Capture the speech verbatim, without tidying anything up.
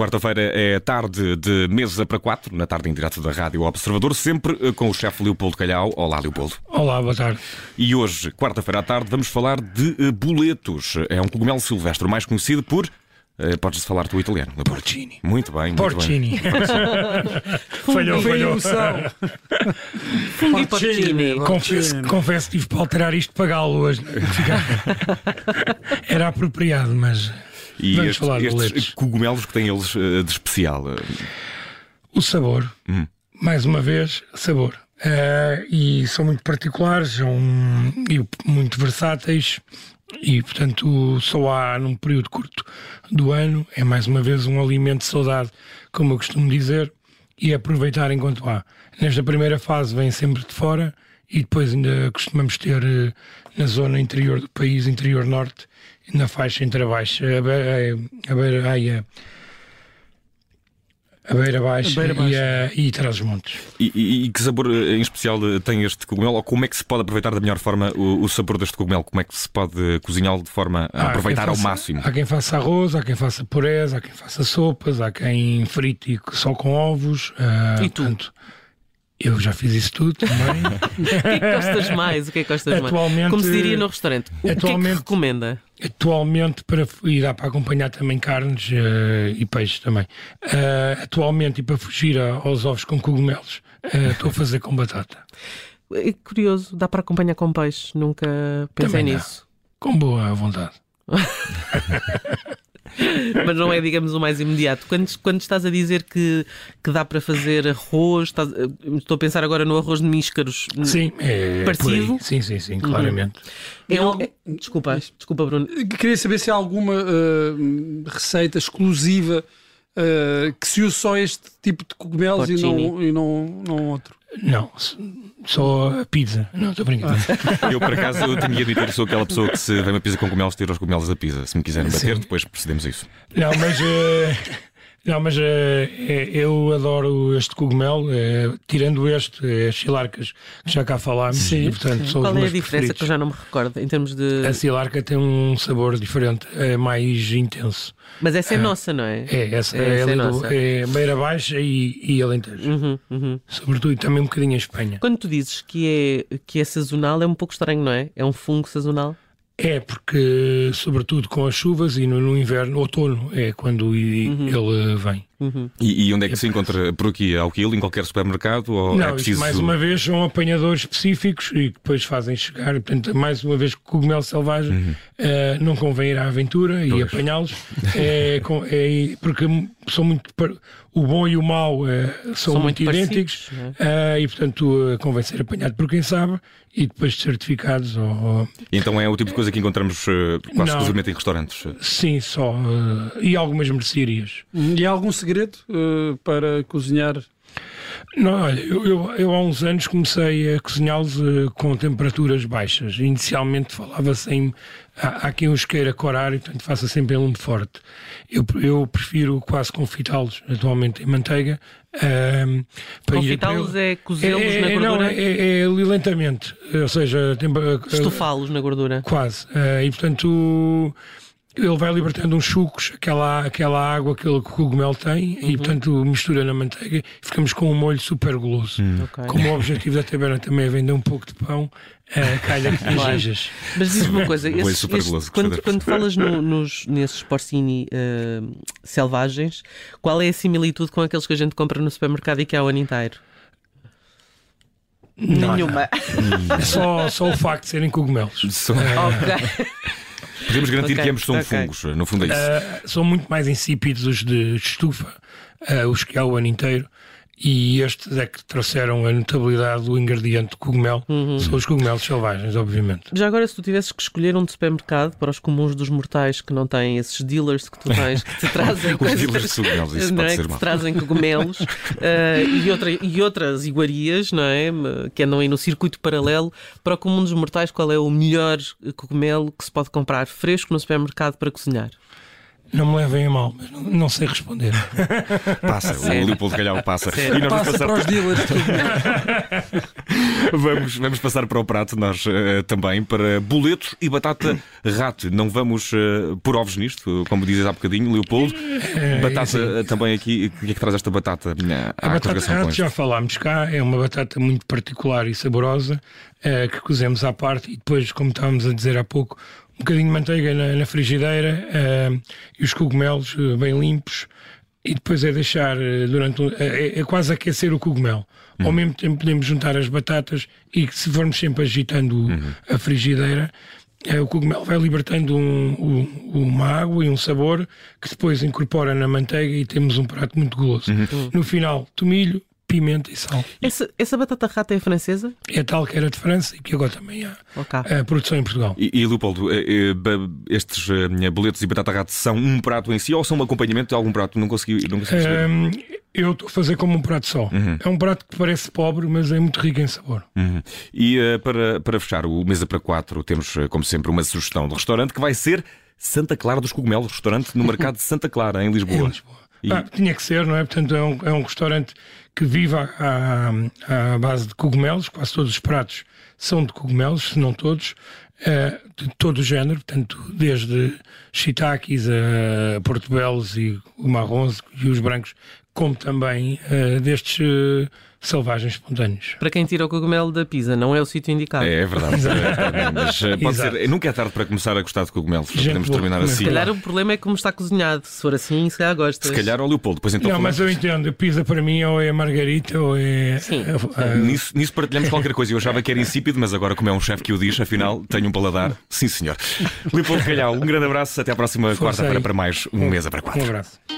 Quarta-feira é tarde de mesa para quatro, na tarde em direto da Rádio Observador, sempre com o chefe Leopoldo Calhau. Olá, Leopoldo. Olá, boa tarde. E hoje, quarta-feira à tarde, vamos falar de boletos. É um cogumelo silvestre mais conhecido por... Uh, podes falar tu italiano, Leopoldo. Porcini. Muito bem, muito Porcini. bem. falhou, falhou. Porcini. Confesso, confesso que tive para alterar isto para galo hoje. Era apropriado, mas E vamos estes, falar de estes boletos. cogumelos que têm eles uh, de especial? Uh, O sabor, hum. mais uma vez, sabor. Uh, e são muito particulares, são e muito versáteis. E, portanto, só há num período curto do ano. É mais uma vez um alimento de saudade, como eu costumo dizer, e aproveitar enquanto há. Nesta primeira fase vem sempre de fora e depois ainda costumamos ter eh, na zona interior do país, interior norte, na faixa entre a baixa, a beira, a beira, ai, a, a beira baixa, A beira baixa. e, a, e Trás-os-Montes. E, e, e que sabor uh, em especial uh, tem este cogumelo? Ou como é que se pode aproveitar da melhor forma o, o sabor deste cogumelo? Como é que se pode cozinhá-lo de forma a Há aproveitar quem ao faça- máximo? Há quem faça arroz, há quem faça purés, há quem faça sopas, há quem frite só com ovos. ah, E tu? portanto, eu já fiz isso tudo também. O que é que gostas mais? O que é que gostas mais? Atualmente- Como se diria no restaurante. O que é que Atualmente- recomenda? Atualmente, para, e dá para acompanhar também carnes ah, e peixes também. Ah, atualmente, e para fugir a- aos ovos com cogumelos, ah, estou a fazer com batata. É curioso, dá para acompanhar com peixe. Nunca pensei Também dá. nisso. Com boa vontade. Mas não é, digamos, o mais imediato. Quando, quando estás a dizer que, que dá para fazer arroz, estás- estou a pensar agora no arroz de míscaros. Sim, é Parecido? por aí. Sim, sim, sim, claramente. É um- é- desculpa, desculpa, Bruno. Queria saber se há alguma uh, receita exclusiva uh, que se use só este tipo de cogumelos e Porcini. não, e não, não outro. Não, s- só a pizza. Não, estou brincando. Eu, por acaso, eu tenho de admitir, sou aquela pessoa que se vem uma pizza com cogumelos, tira os cogumelos da pizza. Se me quiserem bater, Sim. depois procedemos a isso. Não, mas, eh, não, mas eh, eh, eu adoro este cogumelo, eh, tirando este, eh, as silarcas, que já cá falámos. Sim, E, portanto, são Qual os é a meus diferença que eu preferidos. já não me recordo em termos de. A silarca tem um sabor diferente, é mais intenso. Mas essa é nossa, não é? É, essa É, é, essa é ali do- nossa. é beira baixa e, e Alentejo. Uhum, uhum. Sobretudo também um bocadinho em Espanha. Quando tu dizes que é, que é sazonal, é um pouco estranho, não é? É um fungo sazonal. É, porque, sobretudo com as chuvas e no, no inverno, outono, é quando i- ele vem. Uhum. E, e onde é que se encontra por aqui? Ao quilo, em qualquer supermercado? Ou Não, é isto preciso... mais uma vez são apanhadores específicos e que depois fazem chegar. Portanto, mais uma vez, cogumelo selvagem, eh, não convém ir à aventura e Pois. apanhá-los, é, com- é, porque são muito. par- O bom e o mau eh, são, São muito, muito idênticos, parecidos, eh, e portanto eh, convém ser apanhado por quem sabe e depois certificados. Ou, ou- Então é o tipo de coisa que encontramos uh, quase Não. exclusivamente em restaurantes. sim, só. eh, e algumas mercearias. E há algum segredo uh, para cozinhar? Não, olha, eu, eu, eu há uns anos comecei a cozinhá-los eh, com temperaturas baixas. Inicialmente falava-se em. Há, há quem os queira corar e, portanto, faça sempre em lume forte. Eu, eu prefiro quase confitá-los atualmente em manteiga. ahm, para ir- Confitá-los para- é cozê-los é, na é, gordura? Não, é, é, é ali lentamente. Ou seja, tempo- Estufá-los na gordura. quase. Ah, e, portanto. Ele vai libertando uns sucos, aquela, aquela água que o cogumelo tem, e portanto mistura na manteiga e ficamos com um molho super goloso. Ok. Como o objetivo da taberna também é vender um pouco de pão, uh, calha que Claro. desejas. Mas diz-me uma coisa, Vou esses- super estes- guloso, quando, gostei. quando falas no- nos, nesses porcini eh, selvagens, qual é a similitude com aqueles que a gente compra no supermercado e que há o ano inteiro? Nenhuma. É só, só o facto de serem cogumelos. Só- Ok. Podemos garantir Ok, que ambos são ok. fungos, no fundo é isso. Uh, são muito mais insípidos os de estufa, uh, os que há o ano inteiro. E estes é que trouxeram a notabilidade do ingrediente do cogumelo. São os cogumelos selvagens, obviamente. Já agora, se tu tivesses que escolher um de supermercado para os comuns dos mortais que não têm esses dealers que tu tens, que te trazem Os coisas, dealers de cogumelos, isso não pode é? ser Que mau. te trazem cogumelos eh, e, outra, e outras iguarias, não é? Que andam aí no circuito paralelo. Para o comum dos mortais, qual é o melhor cogumelo que se pode comprar fresco no supermercado para cozinhar? Não me levem a mal, mas não, não sei responder. Passa, o Leopoldo Calhau passa. Sério? E nós Passa vamos para passar... os dealers de cogumelo. vamos, vamos passar para o prato, nós uh, também, para boletos e batata rato. Não vamos uh, pôr ovos nisto, como dizes há bocadinho, Leopoldo. Batata uh, também aqui, o que é que traz esta batata? Uh, A batata rato já falámos cá, é uma batata muito particular e saborosa, uh, que cozemos à parte e depois, como estávamos a dizer há pouco, um bocadinho de manteiga na, na frigideira uh, e os cogumelos uh, bem limpos, e depois é deixar uh, durante uh, é, é quase aquecer o cogumelo. Uhum. Ao mesmo tempo podemos juntar as batatas e, se formos sempre agitando uhum. a frigideira, uh, o cogumelo vai libertando um, um, uma água e um sabor que depois incorpora na manteiga e temos um prato muito goloso. Uhum. No final, tomilho, pimenta e sal. Essa, essa batata rata é francesa? É tal que era de França e que agora também há okay. a produção em Portugal. E, e Leopoldo, estes boletos e batata rata são um prato em si ou são um acompanhamento de algum prato? Não consegui, não consegui perceber. Um, eu estou a fazer como um prato só. Uhum. É um prato que parece pobre, mas é muito rico em sabor. Uhum. E uh, para, para fechar o Mesa para Quatro, temos, como sempre, uma sugestão de restaurante que vai ser Santa Clara dos Cogumelos, restaurante no mercado de Santa Clara, em Lisboa. Em Lisboa. E... Ah, tinha que ser, não é? Portanto, é um, é um restaurante que vive à, à, à base de cogumelos. Quase todos os pratos são de cogumelos, se não todos, uh, de todo o género, portanto, desde shiitakes a portobelos e o marrons e os brancos, como também uh, destes uh, selvagens espontâneos. Para quem tira o cogumelo da pizza, não é o sítio indicado. É, é verdade. é, mas pode ser, nunca é tarde para começar a gostar de cogumelos. Gente, podemos terminar assim. Se calhar o problema é como está cozinhado. Se for assim, se calhar gostas. Se calhar o Leopoldo. Depois então não, falamos. mas eu entendo. A pizza para mim ou é a margarita ou é... Sim. A, a... Nisso, nisso partilhamos qualquer coisa. Eu achava que era insípido, mas agora, como é um chefe que o diz, afinal, tenho um paladar. Sim, senhor. Leopoldo Calhau, um grande abraço. Até à próxima quarta-feira para mais um Mesa para Quatro. Um abraço.